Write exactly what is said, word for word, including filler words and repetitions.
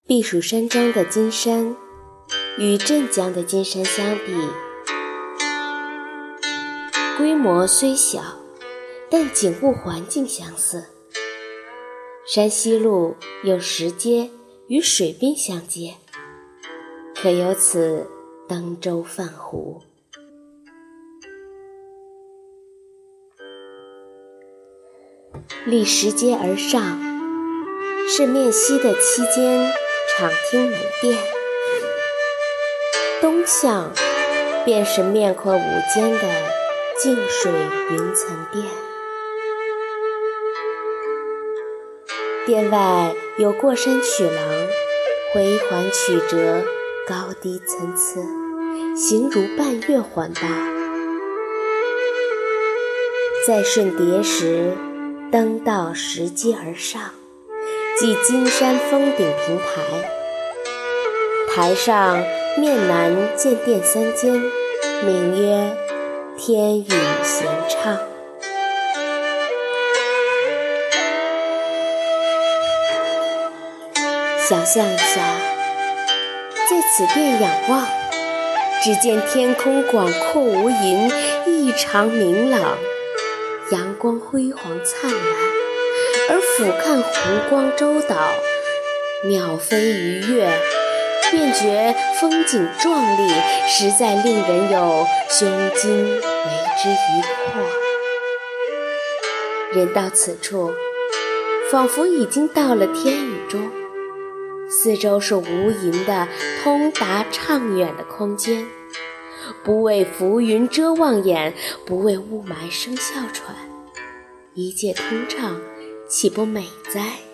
避暑山庄的金山与镇江的金山相比，规模虽小，但景物环境相似。山西路有石阶与水滨相接，可由此登舟泛湖。立石阶而上，是面西的七间敞厅门店，东向便是面阔五间的净水云层店。店外有过山曲廊，回环曲折，高低参差，形如半月环抱。再顺叠石登到石阶而上，即金山峰顶平台。台上面南见殿三间，名曰天宇闲唱。想象一下，在此殿仰望，只见天空广阔无垠，异常明朗，阳光辉煌灿烂，而俯瞰湖光洲岛，鸟飞鱼跃，便觉风景壮丽，实在令人有胸襟为之一阔。人到此处，仿佛已经到了天宇中，四周是无垠的通达畅远的空间，不为浮云遮望眼，不为雾霾声哮喘，一切通畅，岂不美哉？